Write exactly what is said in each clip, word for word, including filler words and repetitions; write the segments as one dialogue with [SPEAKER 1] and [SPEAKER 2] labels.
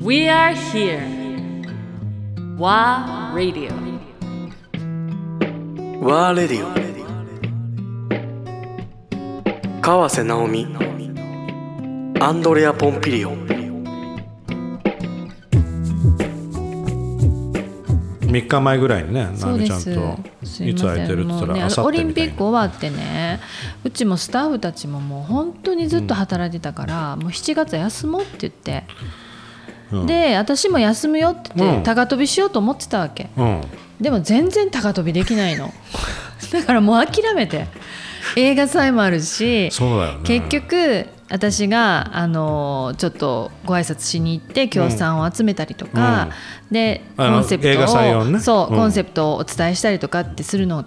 [SPEAKER 1] We are here. ワー Radio。
[SPEAKER 2] ワーレディオ。川瀬直美、アンドレア・ポンピリオ。
[SPEAKER 3] みっかまえぐらいにね、
[SPEAKER 4] そうです。
[SPEAKER 3] なみちゃんといつ空いてるって言ったら、
[SPEAKER 4] ね、
[SPEAKER 3] あさって
[SPEAKER 4] オリン
[SPEAKER 3] みたいな。
[SPEAKER 4] ピック終わってね、うちもスタッフたちももう本当にずっと働いてたから、うん、もうしちがつ休もうって言って、うん、で私も休むよって言って、うん、高跳びしようと思ってたわけ、うん、でも全然高跳びできないのだからもう諦めて、映画祭もあるし、
[SPEAKER 3] そうだよね、
[SPEAKER 4] 結局私があのちょっとご挨拶しに行って協賛を集めたりとか、うん、でコンセプトを、
[SPEAKER 3] 映画祭をね、
[SPEAKER 4] そう、
[SPEAKER 3] うん、
[SPEAKER 4] コンセプトをお伝えしたりとかってするのって、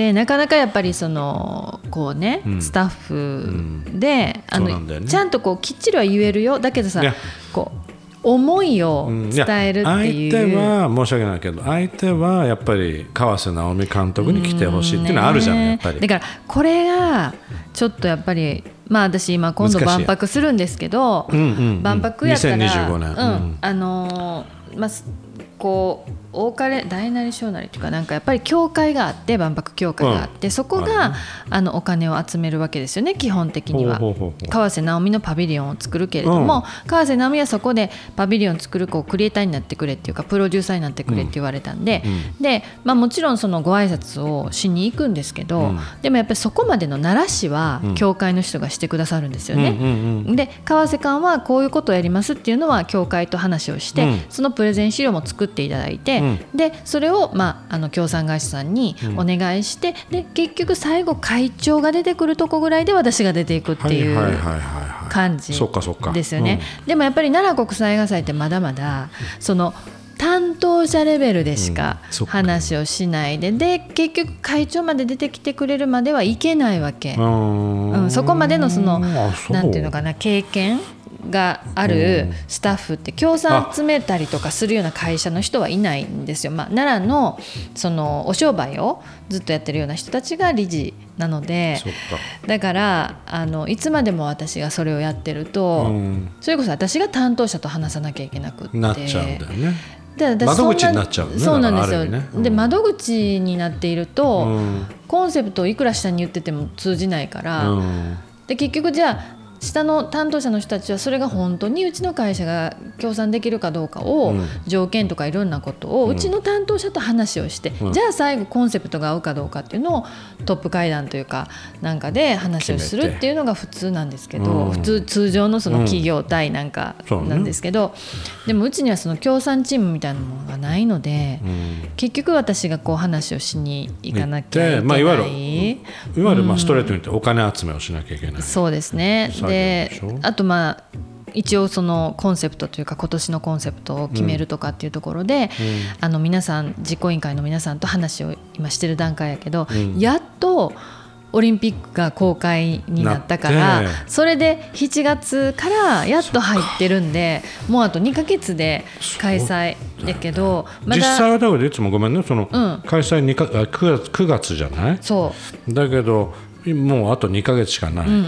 [SPEAKER 4] うん、なかなかやっぱりそのこうね、うん、スタッフで、うん、あの、ね、ちゃんとこうきっちりは言えるよ、だけどさ、こう思いを伝えるっていう、
[SPEAKER 3] 相手は申し訳ないけど、相手はやっぱり川瀬直美監督に来てほしいっていうのはあるじゃん、やっぱり。
[SPEAKER 4] だからこれがちょっとやっぱり、まあ私今今度万博するんですけど、うんうんうん、万博やったらにせんにじゅうごねん、うんうん、あのー、まあこう大金大なり小なりというか、なんかやっぱり協会があって、万博協会があって、うん、そこが、ね、あのお金を集めるわけですよね、基本的には。ほうほうほうほう、川瀬直美のパビリオンを作るけれども、うん、川瀬直美はそこでパビリオンを作るこうクリエイターになってくれっていうか、プロデューサーになってくれって言われたんで、うんうん、で、まあ、もちろんそのご挨拶をしに行くんですけど、うん、でもやっぱりそこまでのならしは協会の人がしてくださるんですよね、うんうんうん、で川瀬館はこういうことをやりますっていうのは協会と話をして、うん、そのプレゼン資料も作っていただいて、うん、でそれを、まあ、あの協賛会社さんにお願いして、うん、で結局最後会長が出てくるとこぐらいで私が出ていくっていう感じですよね。でもやっぱり奈良国際映画祭ってまだまだその担当者レベルでしか話をしないで、うん、で結局会長まで出てきてくれるまではいけないわけ、うんうん、そこまでのそのなんていうのかな、経験があるスタッフって協賛集めたりとかするような会社の人はいないんですよ、まあ、奈良のそのお商売をずっとやってるような人たちが理事なので、だからあのいつまでも私がそれをやってると、うん、それこそ私が担当者と話さなきゃいけなくって
[SPEAKER 3] なっちゃうんだよね。
[SPEAKER 4] で
[SPEAKER 3] 窓口になっちゃうね。
[SPEAKER 4] そうなんですよ、
[SPEAKER 3] ね、うん、
[SPEAKER 4] で窓口になっていると、うん、コンセプトをいくら下に言ってても通じないから、うん、で結局じゃあ下の担当者の人たちはそれが本当にうちの会社が協賛できるかどうかを、うん、条件とかいろんなことをうちの担当者と話をして、うん、じゃあ最後コンセプトが合うかどうかっていうのをトップ会談というかなんかで話をするっていうのが普通なんですけど、うん、普通通常のその企業体なんかなんですけど、うん、でもうちにはその協賛チームみたいなものがないので、うん、結局私がこう話をしに行かなきゃいけない、
[SPEAKER 3] まあ、いわゆるいわゆるまあストレートに言ってお金集めをしなきゃいけない、うん、
[SPEAKER 4] そうですね。であとまあ一応そのコンセプトというか今年のコンセプトを決めるとかっていうところで、うん、あの皆さん実行委員会の皆さんと話を今してる段階やけど、うん、やっとオリンピックが公開になったからそれでしちがつからやっと入ってるんで、もうあとにかげつで開催だけど、まだ
[SPEAKER 3] 実際はだけどいつもごめんね、その、うん、開催にかくがつ、くがつじゃない？
[SPEAKER 4] そう
[SPEAKER 3] だけどもうあとにかげつしかない、うんうんうん、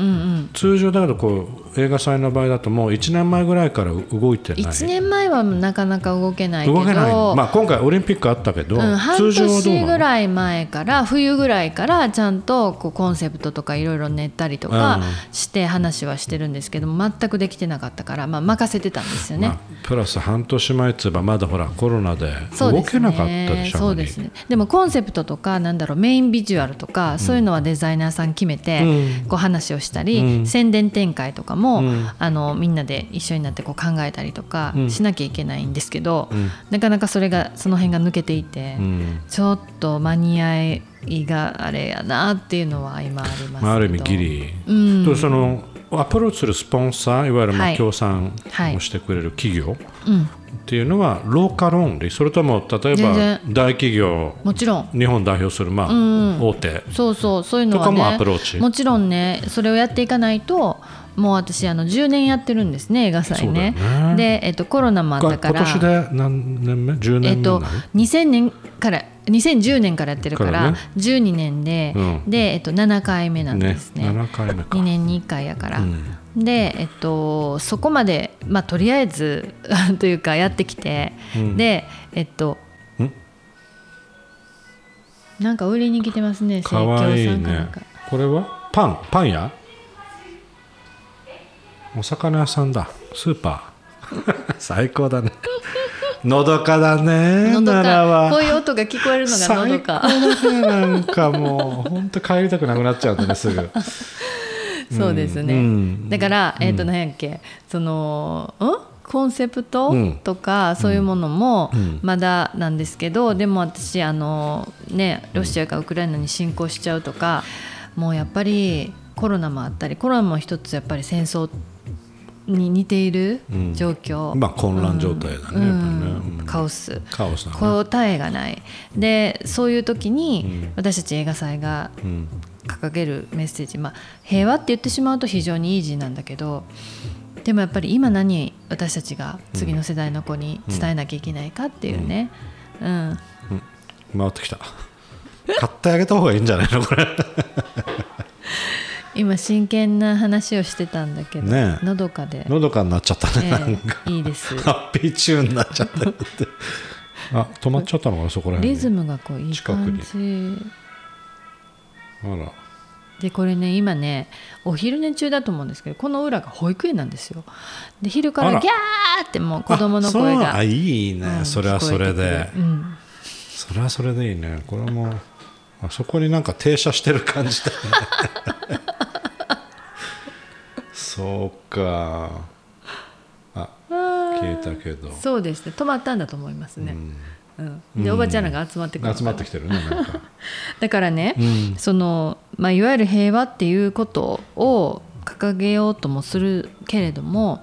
[SPEAKER 3] 通常だけどこう映画祭の場合だともういちねんまえぐらいから動いてない。
[SPEAKER 4] いちねんまえはなかなか動けないけど、
[SPEAKER 3] 動けない、まあ、今回オリンピックあったけど、うん、
[SPEAKER 4] 半年ぐらい前から冬ぐらいからちゃんとこうコンセプトとかいろいろ練ったりとかして話はしてるんですけども、全くできてなかったから、まあ、任せてたんですよね、まあ、
[SPEAKER 3] プラス半年前って言えばまだほらコロナで動けなかったでしょ。
[SPEAKER 4] そうですね。でもコンセプトとかなんだろう、メインビジュアルとか、うん、そういうのはデザイナーさん決めて、うん、こう話をしたり、うん、宣伝展開とかも、うん、あのみんなで一緒になってこう考えたりとかしなきゃいけないんですけど、うん、なかなかそれがその辺が抜けていて、うん、ちょっと間に合いがあれやなっていうのは今ありますけど、まあ、
[SPEAKER 3] ある意味ギリ、うん、とそのアプローチするスポンサー、いわゆるまあ協賛をしてくれる企業、はいはい、うんっていうのはローカルオンリー、それとも例えば大企業、
[SPEAKER 4] もちろん
[SPEAKER 3] 日本代表するまあ、うん、大手、
[SPEAKER 4] そうそうそういうのは、ね、
[SPEAKER 3] とかもアプローチ、
[SPEAKER 4] もちろんね、それをやっていかないと、もう私あのじゅうねんやってるんですね、映画祭 ね, ねで、えっと、コロナもあったから
[SPEAKER 3] 今年で何年目？じゅうねんめになる、
[SPEAKER 4] えっと、にせんねんからにせんじゅうねんからやってるから、ね、じゅうにねんで、うん、で、えっと、ななかいめなんですね。
[SPEAKER 3] ね、ななかいめか、
[SPEAKER 4] にねんにいっかいやから、うん、 で、えっと、そこまで、まあ、とりあえずというかやってきて、うん、で、えっとんなんか売りに来てますね。
[SPEAKER 3] かわいいね。これはパンパン屋お魚屋さんだ。スーパー最高だね。のどかだね。
[SPEAKER 4] のどか、奈良はこういう音が聞こえるのがのどか。
[SPEAKER 3] 最高だね。なんかもう本当帰りたくなくなっちゃうんだね、すぐ。
[SPEAKER 4] そうですね、うん、だから、えーと、何やっけ、そのんコンセプトとかそういうものもまだなんですけど、でも私あの、ね、ロシアがウクライナに侵攻しちゃうとか、もうやっぱりコロナもあったり、コロナも一つやっぱり戦争に似ている状況、
[SPEAKER 3] うん、まあ、混乱状態だね、うん、やっぱりね、うん、
[SPEAKER 4] カオス、
[SPEAKER 3] カオスだね、
[SPEAKER 4] 答えがないで、そういう時に私たち映画祭が掲げるメッセージ、まあ、平和って言ってしまうと非常にイージーなんだけど、でもやっぱり今何私たちが次の世代の子に伝えなきゃいけないかっていうね、うんうん
[SPEAKER 3] うん、回ってきた。買ってあげた方がいいんじゃないのこれ。
[SPEAKER 4] 今真剣な話をしてたんだけど、ね、のどかで
[SPEAKER 3] のどかになっちゃったね、えー、なんか
[SPEAKER 4] いいです。
[SPEAKER 3] ハッピーチューンになっちゃったってあ、止まっちゃったのかな、そこら辺
[SPEAKER 4] リズムがこういい感じ。
[SPEAKER 3] あら
[SPEAKER 4] でこれね、今ねお昼寝中だと思うんですけど、この裏が保育園なんですよ。で昼からギャーってもう子供の声が、
[SPEAKER 3] ああいいね、うん、それはそれで、うん、それはそれでいいね。これもあそこになんか停車してる感じだね。そうか、あ消えたけど、
[SPEAKER 4] そうですね、止まったんだと思いますね、うんうん、でおばちゃんらが集まってくる、
[SPEAKER 3] 集まってきてるね、なんか
[SPEAKER 4] だからね、うん、そのまあ、いわゆる平和っていうことを掲げようともするけれども、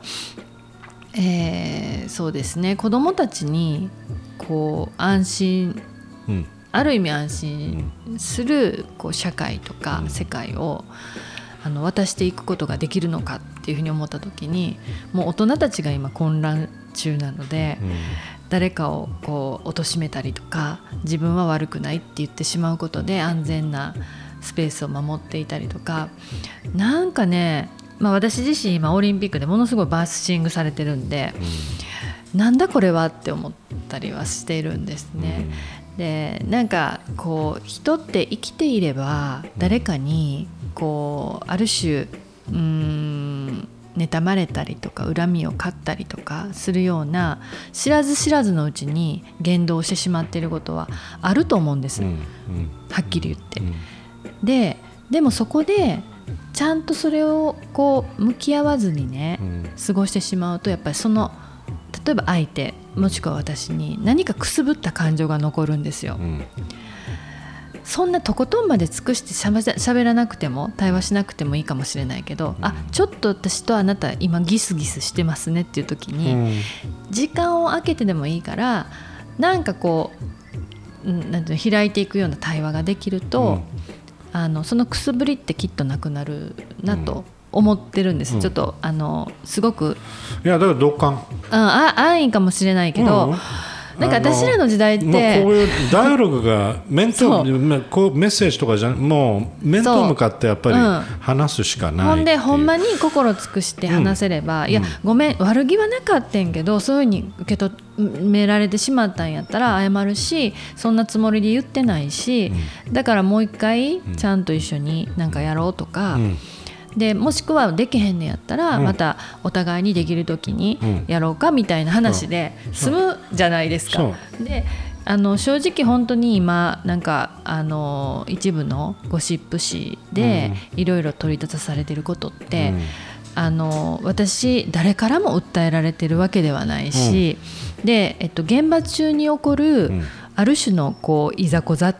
[SPEAKER 4] えー、そうですね、子どもたちにこう安心、うん、ある意味安心するこう社会とか世界をあの渡していくことができるのかっていうふうに思った時に、もう大人たちが今混乱中なので、うん、誰かをこう貶めたりとか自分は悪くないって言ってしまうことで安全なスペースを守っていたりとか、なんかね、まあ、私自身今オリンピックでものすごいバッシングされてるんで、うん、なんだこれはって思ったりはしているんですね、うん、でなんかこう人って生きていれば誰かにこうある種うーん妬まれたりとか恨みを買ったりとかするような知らず知らずのうちに言動してしまっていることはあると思うんです、うんうん、はっきり言って、うん、で, でもそこでちゃんとそれをこう向き合わずにね、うん、過ごしてしまうと、やっぱりその例えば相手もしくは私に何かくすぶった感情が残るんですよ、うん、そんなとことんまで尽くしてしゃべ、しゃべらなくても対話しなくてもいいかもしれないけど、うん、あちょっと私とあなた今ギスギスしてますねっていう時に、うん、時間を空けてでもいいからなんかこう、なんていうの、開いていくような対話ができると、うん、あのそのくすぶりってきっとなくなるなと思ってるんです、うん、ちょっとあのすごく
[SPEAKER 3] いやだから同感、
[SPEAKER 4] うん、あ安易かもしれないけど、うん、なんか私らの時代って
[SPEAKER 3] もうこういうダイアログが面とこうメッセージとかじゃもう面と向かってやっぱり話すしかない、うん、
[SPEAKER 4] ほんでほんまに心尽くして話せれば、うん、いやごめん悪気はなかったんけどそういう風に受け止められてしまったんやったら謝るし、そんなつもりで言ってないし、うん、だからもう一回ちゃんと一緒になんかやろうとか、うんでもしくはできへんねやったらまたお互いにできる時にやろうかみたいな話で済むじゃないですか。であの正直本当に今なんかあの一部のゴシップ誌でいろいろ取り立たされてることって、うん、あの私誰からも訴えられてるわけではないし、うん、で、えっと、現場中に起こるある種のこういざこざって、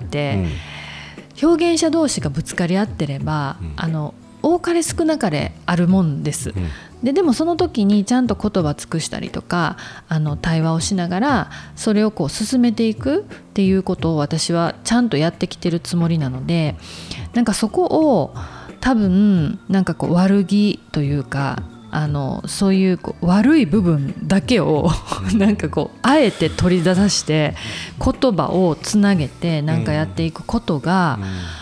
[SPEAKER 4] うん、表現者同士がぶつかり合ってれば、うん、あの多かれ少なかれあるもんです、うん、で, でもその時にちゃんと言葉尽くしたりとかあの対話をしながらそれをこう進めていくっていうことを私はちゃんとやってきてるつもりなので、なんかそこを多分なんかこう悪気というかあのそういうこう悪い部分だけをなんかこうあえて取り出して言葉をつなげてなんかやっていくことが、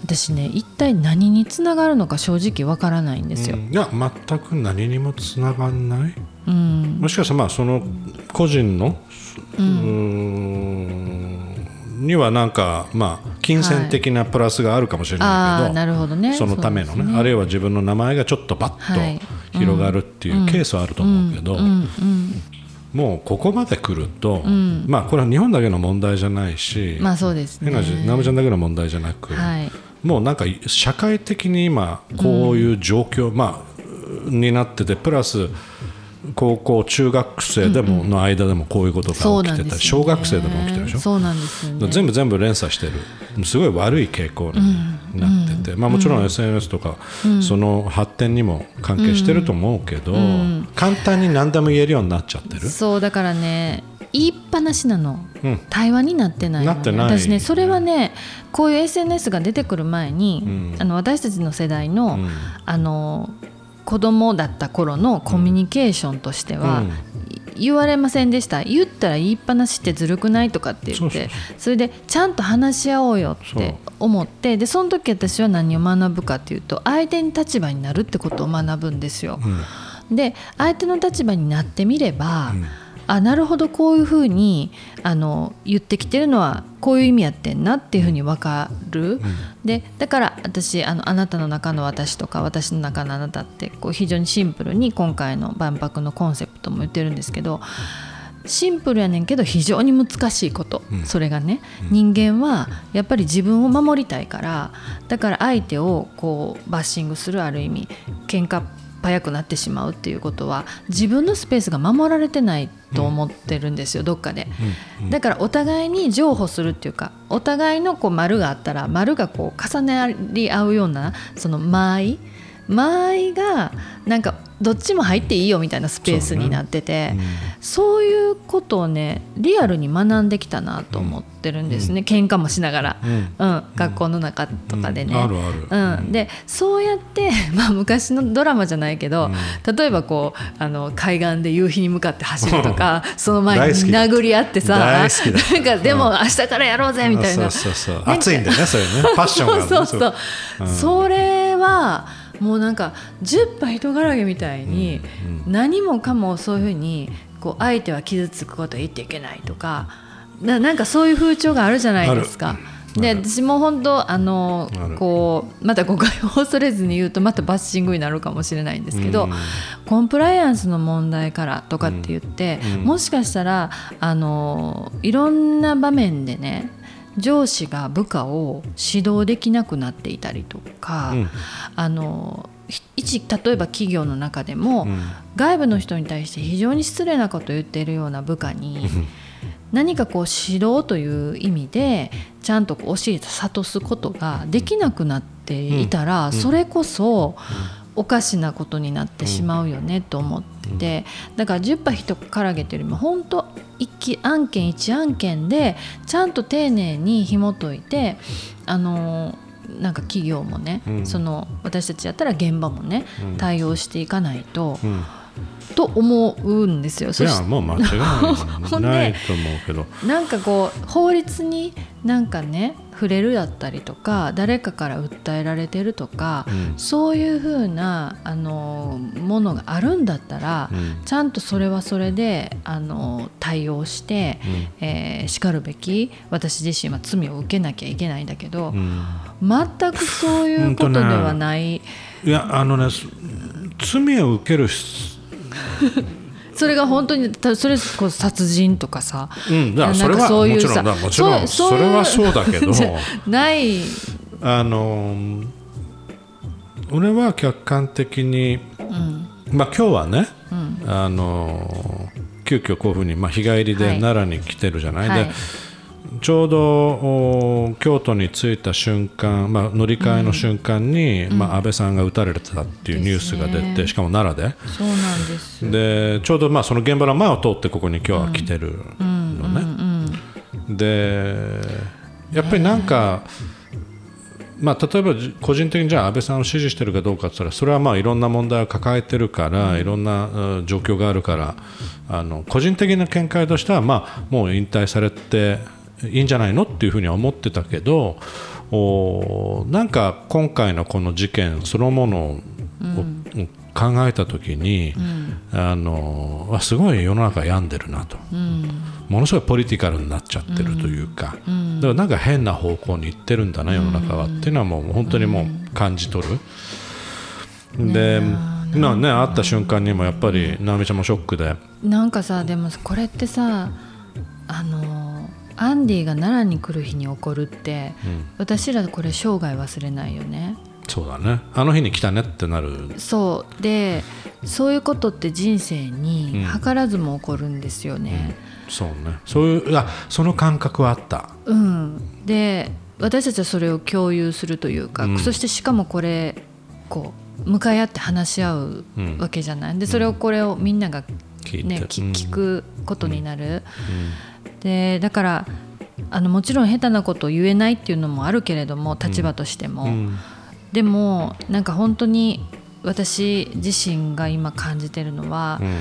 [SPEAKER 4] 私ね一体何につながるのか正直わからないんですよ、
[SPEAKER 3] うん、いや全く何にもつながらない、うん、もしかしたらまあその個人の、うん、うにはなんかまあ金銭的なプラスがあるかもしれないけど、はい、
[SPEAKER 4] なるほどね、
[SPEAKER 3] そのための ね, ねあるいは自分の名前がちょっとバッと広がるっていうケースはあると思うけど、もうここまで来ると、うん、まあこれは日本だけの問題じゃないし、
[SPEAKER 4] まあそうですね、
[SPEAKER 3] ナムちゃんだけの問題じゃなく、はい、もうなんか社会的に今こういう状況、うん、まあになってて、プラス高校中学生でもの間でもこういうことが起きてたり、小学生でも起きてるでしょ。
[SPEAKER 4] そうなんですよね。
[SPEAKER 3] 全部全部連鎖してるすごい悪い傾向になってて、まあもちろん エスエヌエス とかその発展にも関係してると思うけど、簡単に何でも言えるようになっちゃってる。
[SPEAKER 4] そうだからね、言いっぱなしなの、うん、対話になってないの、ね、なってない。私ねそれはね、こういう エスエヌエス が出てくる前に、うん、あの私たちの世代の、うん、あの子供だった頃のコミュニケーションとしては、うん、言われませんでした。言ったら言いっぱなしってずるくないとかって言って、そうそうそう、それでちゃんと話し合おうよって思って、でその時私は何を学ぶかっていうと、相手に立場になるってことを学ぶんですよ、うん、で相手の立場になってみれば、うん、あ、なるほど、こういうふうにあの言ってきてるのはこういう意味やってんなっていうふうに分かる、うん、でだから私あのあなたの中の私とか私の中のあなたってこう非常にシンプルに今回の万博のコンセプトも言ってるんですけど、シンプルやねんけど非常に難しいこと、うん、それがね、人間はやっぱり自分を守りたいから、だから相手をこうバッシングする、ある意味喧嘩早くなってしまうっていうことは、自分のスペースが守られてないと思ってるんですよ、うん、どっかで、うんうん、だからお互いに譲歩するっていうか、お互いのこう丸があったら丸がこう重なり合うような、その間合い間合いがなんかどっちも入っていいよみたいなスペースになってて、そうね、うん、そういうことをねリアルに学んできたなと思ってるんですね、うん、喧嘩もしながら、うんうん、学校の中とかでね、うん、あるある、うん、でそうやって、まあ、昔のドラマじゃないけど、うん、例えばこうあの海岸で夕日に向かって走るとかその前に殴り合ってさ、なんかでも明日からやろうぜみたいな、
[SPEAKER 3] そうそうそう、熱いんだよね、それね、パッションがある、
[SPEAKER 4] そうそうそう、うん、それはもうなんかじゅっぱ人柄げみたいに、うんうん、何もかもそういうふうにこう相手は傷つくことを言っていけないとか、 な, なんかそういう風潮があるじゃないですか。で私も本当あのこうまた誤解を恐れずに言うとまたバッシングになるかもしれないんですけど、うん、コンプライアンスの問題からとかって言って、うん、もしかしたらあのいろんな場面でね、上司が部下を指導できなくなっていたりとか、うん、あの一例えば企業の中でも、うん、外部の人に対して非常に失礼なことを言っているような部下に何かこう指導という意味でちゃんと教えて諭すことができなくなっていたら、うん、それこそおかしなことになってしまうよねと思ってて、だからじゅっぱ人からげというよりも本当一案件一案件でちゃんと丁寧に紐解いて、あのなんか企業もね、うん、その私たちやったら現場もね、うん、対応していかないと、うん、と思うんですよ。
[SPEAKER 3] いやもう間違いないと思うけど
[SPEAKER 4] なんかこう法律になんかね触れるだったりとか、誰かから訴えられてるとか、うん、そういう風なあのものがあるんだったら、うん、ちゃんとそれはそれであの対応して、うん、えー、しかるべき私自身は罪を受けなきゃいけないんだけど、うん、全くそういうことではない、ね、
[SPEAKER 3] いやあのね罪を受ける
[SPEAKER 4] それが本当にそれこそ殺人とかさ、
[SPEAKER 3] うん、だからそれはもちろんだもちろんそれはそうだけど
[SPEAKER 4] ない
[SPEAKER 3] あの俺は客観的に、うん、まあ今日はね、うん、あの急遽こういうふうに、まあ、日帰りで奈良に来てるじゃない、はい、でちょうど京都に着いた瞬間、まあ、乗り換えの瞬間に、うん、まあ、安倍さんが撃たれたっていうニュースが出て、ね、しかも奈良で、
[SPEAKER 4] そうなんです。
[SPEAKER 3] でちょうどまあその現場の前を通ってここに今日は来てるのね、うんうんうん、でやっぱりなんか、まあ、例えば個人的にじゃあ安倍さんを支持してるかどうかって言ったら、それはまあいろんな問題を抱えてるから、うん、いろんな状況があるから、あの個人的な見解としては、まあ、もう引退されていいんじゃないのっていうふうには思ってたけど、 おなんか今回のこの事件そのものを、うん、考えたときに、うん、あのすごい世の中病んでるなと、うん、ものすごいポリティカルになっちゃってるというか、うん、だからなんか変な方向に行ってるんだな世の中は、うん、っていうのはもう本当にもう感じ取る、うん、で、なね、会った瞬間にもやっぱり直美ちゃんもショックで、
[SPEAKER 4] なんかさでもこれってさあのアンディが奈良に来る日に起こるって、うん、私らこれ生涯忘れないよね。
[SPEAKER 3] そうだね、あの日に来たねってなる。
[SPEAKER 4] そうで、そういうことって人生に図らずも起こるんですよね、
[SPEAKER 3] うんうん、そうね、そういうあその感覚はあった、
[SPEAKER 4] うん、で私たちはそれを共有するというか、うん、そしてしかもこれこう向かい合って話し合うわけじゃない、うん、でそれをこれをみんなが、ね、聞, 聞くことになる、うんうんでだからあのもちろん下手なことを言えないっていうのもあるけれども立場としても、うん、でもなんか本当に私自身が今感じてるのは、うん、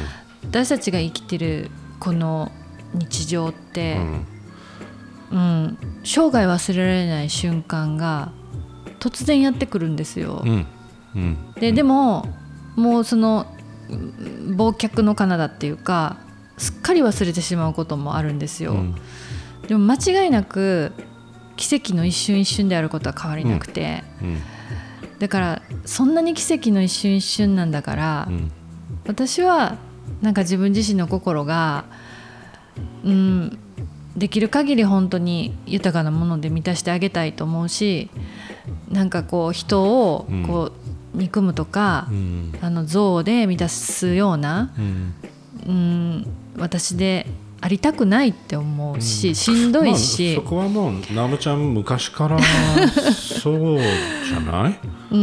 [SPEAKER 4] 私たちが生きてるこの日常って、うんうん、生涯忘れられない瞬間が突然やってくるんですよ、うんうん、で, でももうその忘却の彼方っていうかすっかり忘れてしまうこともあるんですよ、うん、でも間違いなく奇跡の一瞬一瞬であることは変わりなくて、うんうん、だからそんなに奇跡の一瞬一瞬なんだから、うん、私はなんか自分自身の心が、うん、できる限り本当に豊かなもので満たしてあげたいと思うし、なんかこう人をこう憎むとか、うん、あの憎悪で満たすような、うんうん、私でありたくないって思うし、うん、しんどいし、
[SPEAKER 3] まあ、そこはもう直美ちゃん昔からそうじゃない、
[SPEAKER 4] うん、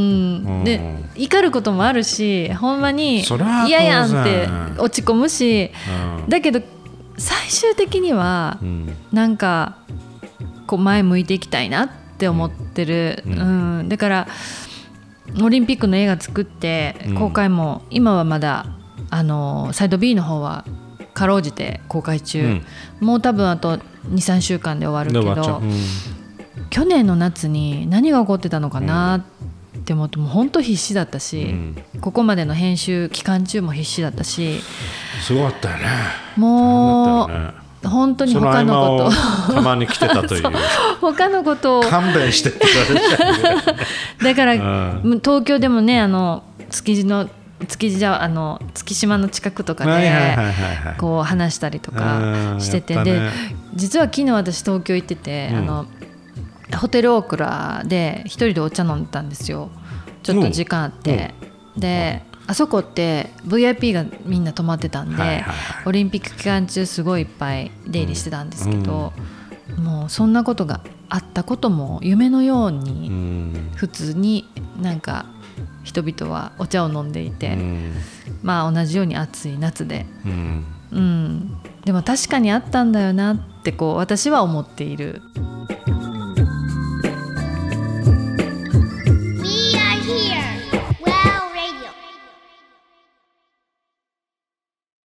[SPEAKER 4] で怒ることもあるしほんまに嫌やんって落ち込むし、うん、だけど最終的には、うん、なんかこう前向いていきたいなって思ってる、うんうん、だからオリンピックの映画作って公開も今はまだあのサイド B の方はかろうじて公開中、うん、もう多分あと にさんしゅうかんで終わるけど、うん、去年の夏に何が起こってたのかなって思ってもう本当必死だったし、うん、ここまでの編集期間中も必死だったし、
[SPEAKER 3] すごかったよね。
[SPEAKER 4] もう本当に他のこと
[SPEAKER 3] たまに来てたという
[SPEAKER 4] 他のことを
[SPEAKER 3] 勘弁してって言われちゃう
[SPEAKER 4] だから、うん、東京でもねあの築地の築地じゃあの月島の近くとかでこう話したりとかしてて、で実は昨日私東京行ってて、うん、あのホテルオークラで一人でお茶飲んでたんですよ。ちょっと時間あって、うん、であそこって ブイアイピー がみんな泊まってたんで、はいはいはい、オリンピック期間中すごいいっぱい出入りしてたんですけど、うん、もうそんなことがあったことも夢のように普通になんか人々はお茶を飲んでいて、うん、まあ同じように暑い夏で、うんうん、でも確かにあったんだよなってこう私は思っている。